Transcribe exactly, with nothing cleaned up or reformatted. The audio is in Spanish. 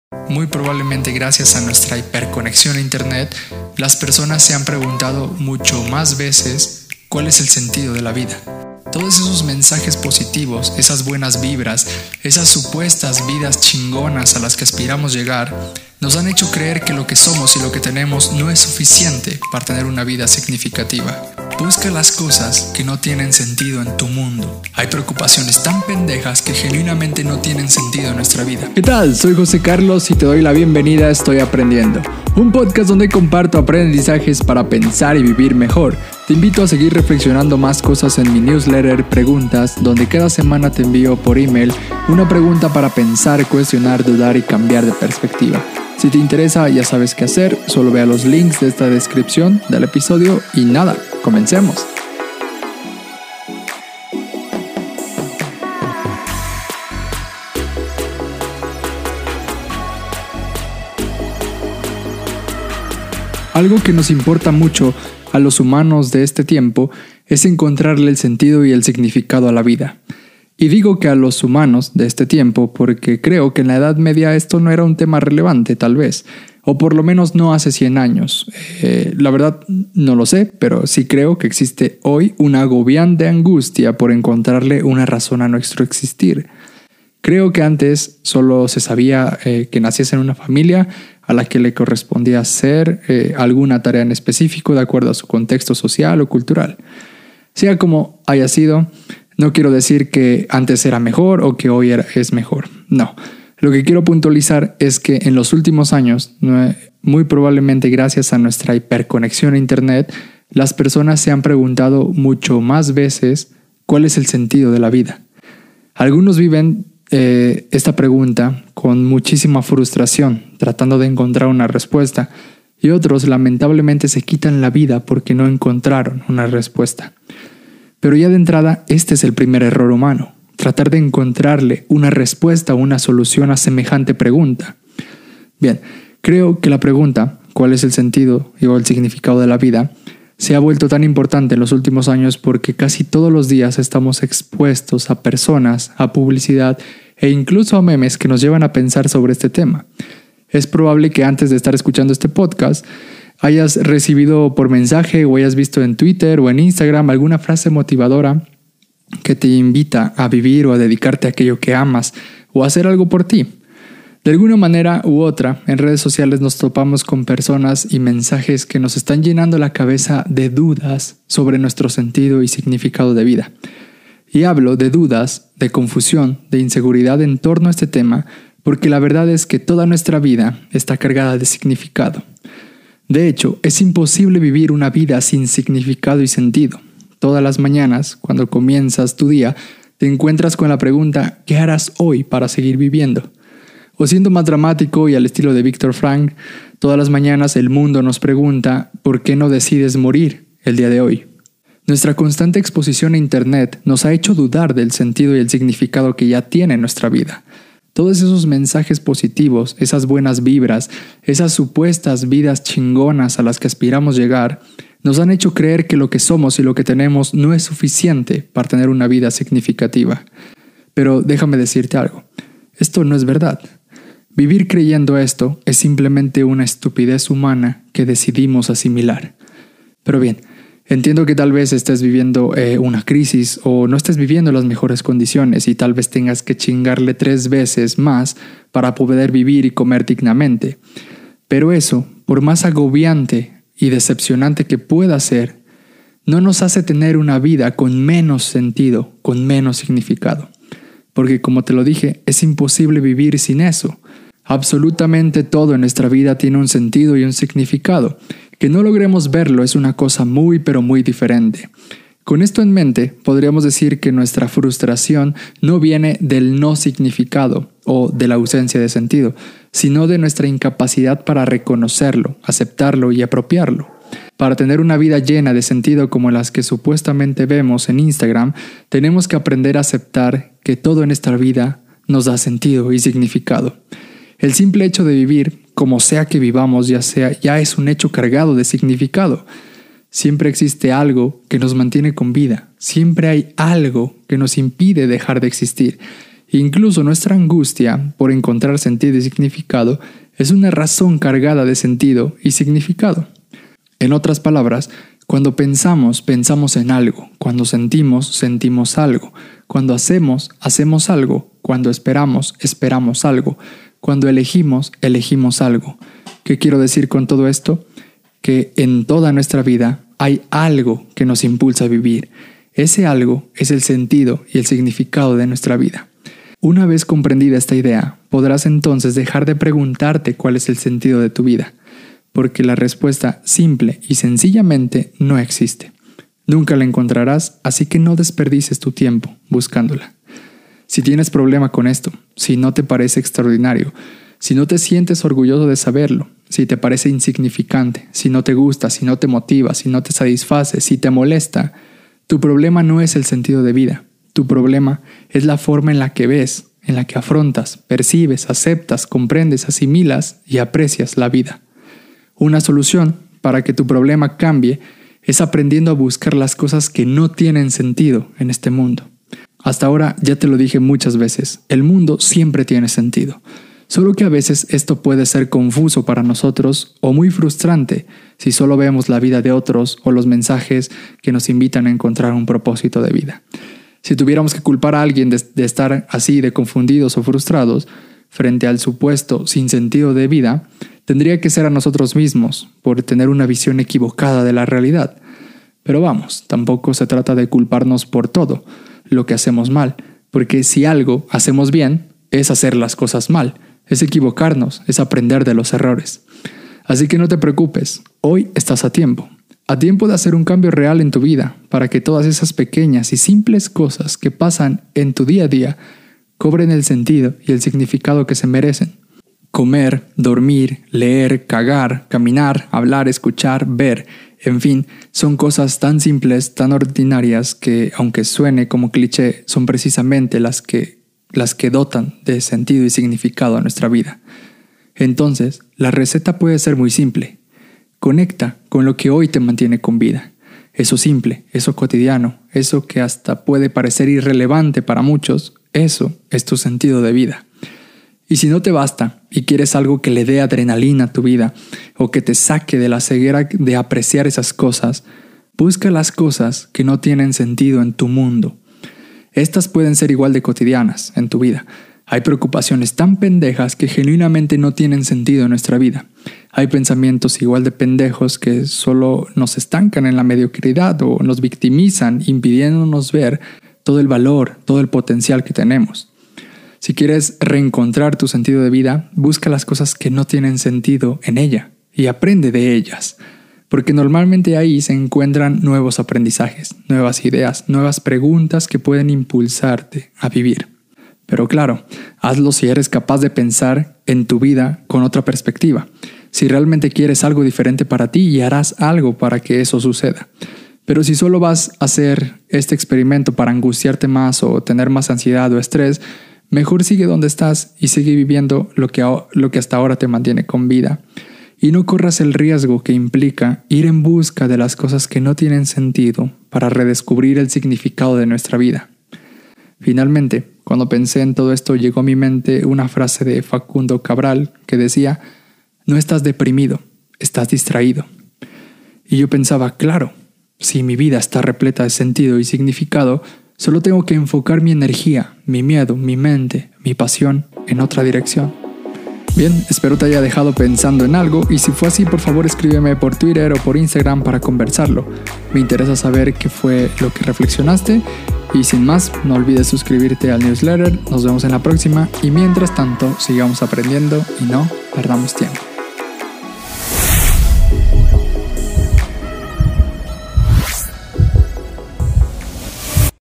Muy probablemente gracias a nuestra hiperconexión a internet, las personas se han preguntado mucho más veces cuál es el sentido de la vida. Todos esos mensajes positivos, esas buenas vibras, esas supuestas vidas chingonas a las que aspiramos llegar, nos han hecho creer que lo que somos y lo que tenemos no es suficiente para tener una vida significativa. Busca las cosas que no tienen sentido en tu mundo. Hay preocupaciones tan pendejas que genuinamente no tienen sentido en nuestra vida. ¿Qué tal? Soy José Carlos y te doy la bienvenida a Estoy Aprendiendo, un podcast donde comparto aprendizajes para pensar y vivir mejor. Te invito a seguir reflexionando más cosas en mi newsletter Preguntas, donde cada semana te envío por email una pregunta para pensar, cuestionar, dudar y cambiar de perspectiva. Si te interesa, ya sabes qué hacer, solo ve a los links de esta descripción del episodio y nada, comencemos. Algo que nos importa mucho a los humanos de este tiempo es encontrarle el sentido y el significado a la vida. Y digo que a los humanos de este tiempo porque creo que en la Edad Media esto no era un tema relevante, tal vez, o por lo menos no hace cien años. Eh, la verdad no lo sé, pero sí creo que existe hoy una agobiante angustia por encontrarle una razón a nuestro existir. Creo que antes solo se sabía eh, que nacías en una familia a la que le correspondía hacer eh, alguna tarea en específico de acuerdo a su contexto social o cultural. Sea como haya sido, no quiero decir que antes era mejor o que hoy era, es mejor. No, lo que quiero puntualizar es que en los últimos años, muy probablemente gracias a nuestra hiperconexión a internet, las personas se han preguntado mucho más veces cuál es el sentido de la vida. Algunos viven eh, esta pregunta con muchísima frustración, tratando de encontrar una respuesta, y otros lamentablemente se quitan la vida porque no encontraron una respuesta. Pero ya de entrada, este es el primer error humano, tratar de encontrarle una respuesta o una solución a semejante pregunta. Bien, creo que la pregunta, ¿cuál es el sentido o el significado de la vida?, se ha vuelto tan importante en los últimos años porque casi todos los días estamos expuestos a personas, a publicidad e incluso a memes que nos llevan a pensar sobre este tema. Es probable que antes de estar escuchando este podcast hayas recibido por mensaje o hayas visto en Twitter o en Instagram alguna frase motivadora que te invita a vivir o a dedicarte a aquello que amas o a hacer algo por ti. De alguna manera u otra, en redes sociales nos topamos con personas y mensajes que nos están llenando la cabeza de dudas sobre nuestro sentido y significado de vida. Y hablo de dudas, de confusión, de inseguridad en torno a este tema, porque la verdad es que toda nuestra vida está cargada de significado. De hecho, es imposible vivir una vida sin significado y sentido. Todas las mañanas, cuando comienzas tu día, te encuentras con la pregunta ¿qué harás hoy para seguir viviendo? O siendo más dramático y al estilo de Viktor Frankl, todas las mañanas el mundo nos pregunta ¿por qué no decides morir el día de hoy? Nuestra constante exposición a internet nos ha hecho dudar del sentido y el significado que ya tiene nuestra vida. Todos esos mensajes positivos, esas buenas vibras, esas supuestas vidas chingonas a las que aspiramos llegar, nos han hecho creer que lo que somos y lo que tenemos no es suficiente para tener una vida significativa. Pero déjame decirte algo, esto no es verdad. Vivir creyendo esto es simplemente una estupidez humana que decidimos asimilar. Pero bien, entiendo que tal vez estés viviendo eh, una crisis o no estés viviendo las mejores condiciones y tal vez tengas que chingarle tres veces más para poder vivir y comer dignamente. Pero eso, por más agobiante y decepcionante que pueda ser, no nos hace tener una vida con menos sentido, con menos significado. Porque como te lo dije, es imposible vivir sin eso. Absolutamente todo en nuestra vida tiene un sentido y un significado. Que no logremos verlo es una cosa muy pero muy diferente. Con esto en mente, podríamos decir que nuestra frustración no viene del no significado o de la ausencia de sentido, sino de nuestra incapacidad para reconocerlo, aceptarlo y apropiarlo. Para tener una vida llena de sentido como las que supuestamente vemos en Instagram, tenemos que aprender a aceptar que todo en esta vida nos da sentido y significado. El simple hecho de vivir, como sea que vivamos, ya sea, ya es un hecho cargado de significado. Siempre existe algo que nos mantiene con vida. Siempre hay algo que nos impide dejar de existir. Incluso nuestra angustia por encontrar sentido y significado es una razón cargada de sentido y significado. En otras palabras, cuando pensamos, pensamos en algo. Cuando sentimos, sentimos algo. Cuando hacemos, hacemos algo. Cuando esperamos, esperamos algo. Cuando elegimos, elegimos algo. ¿Qué quiero decir con todo esto? Que en toda nuestra vida hay algo que nos impulsa a vivir. Ese algo es el sentido y el significado de nuestra vida. Una vez comprendida esta idea, podrás entonces dejar de preguntarte cuál es el sentido de tu vida, porque la respuesta simple y sencillamente no existe. Nunca la encontrarás, así que no desperdices tu tiempo buscándola. Si tienes problema con esto, si no te parece extraordinario, si no te sientes orgulloso de saberlo, si te parece insignificante, si no te gusta, si no te motiva, si no te satisface, si te molesta, tu problema no es el sentido de vida. Tu problema es la forma en la que ves, en la que afrontas, percibes, aceptas, comprendes, asimilas y aprecias la vida. Una solución para que tu problema cambie es aprendiendo a buscar las cosas que no tienen sentido en este mundo. Hasta ahora ya te lo dije muchas veces, el mundo siempre tiene sentido. Solo que a veces esto puede ser confuso para nosotros o muy frustrante si solo vemos la vida de otros o los mensajes que nos invitan a encontrar un propósito de vida. Si tuviéramos que culpar a alguien de, de estar así de confundidos o frustrados frente al supuesto sin sentido de vida, tendría que ser a nosotros mismos por tener una visión equivocada de la realidad. Pero vamos, tampoco se trata de culparnos por todo lo que hacemos mal, porque si algo hacemos bien, es hacer las cosas mal, es equivocarnos, es aprender de los errores. Así que no te preocupes, hoy estás a tiempo. A tiempo de hacer un cambio real en tu vida para que todas esas pequeñas y simples cosas que pasan en tu día a día cobren el sentido y el significado que se merecen. Comer, dormir, leer, cagar, caminar, hablar, escuchar, ver, en fin, son cosas tan simples, tan ordinarias que, aunque suene como cliché, son precisamente las que, las que dotan de sentido y significado a nuestra vida. Entonces, la receta puede ser muy simple. Conecta con lo que hoy te mantiene con vida. Eso simple, eso cotidiano, eso que hasta puede parecer irrelevante para muchos, eso es tu sentido de vida. Y si no te basta y quieres algo que le dé adrenalina a tu vida o que te saque de la ceguera de apreciar esas cosas, busca las cosas que no tienen sentido en tu mundo. Estas pueden ser igual de cotidianas en tu vida. Hay preocupaciones tan pendejas que genuinamente no tienen sentido en nuestra vida. Hay pensamientos igual de pendejos que solo nos estancan en la mediocridad o nos victimizan, impidiéndonos ver todo el valor, todo el potencial que tenemos. Si quieres reencontrar tu sentido de vida, busca las cosas que no tienen sentido en ella y aprende de ellas, porque normalmente ahí se encuentran nuevos aprendizajes, nuevas ideas, nuevas preguntas que pueden impulsarte a vivir. Pero claro, hazlo si eres capaz de pensar en tu vida con otra perspectiva, si realmente quieres algo diferente para ti y harás algo para que eso suceda. Pero si solo vas a hacer este experimento para angustiarte más o tener más ansiedad o estrés, mejor sigue donde estás y sigue viviendo lo que, lo que hasta ahora te mantiene con vida. Y no corras el riesgo que implica ir en busca de las cosas que no tienen sentido para redescubrir el significado de nuestra vida. Finalmente, cuando pensé en todo esto, llegó a mi mente una frase de Facundo Cabral que decía: no estás deprimido, estás distraído. Y yo pensaba, claro, si mi vida está repleta de sentido y significado, solo tengo que enfocar mi energía, mi miedo, mi mente, mi pasión en otra dirección. Bien, espero te haya dejado pensando en algo y si fue así, por favor escríbeme por Twitter o por Instagram para conversarlo. Me interesa saber qué fue lo que reflexionaste y sin más, no olvides suscribirte al newsletter. Nos vemos en la próxima y mientras tanto, sigamos aprendiendo y no perdamos tiempo.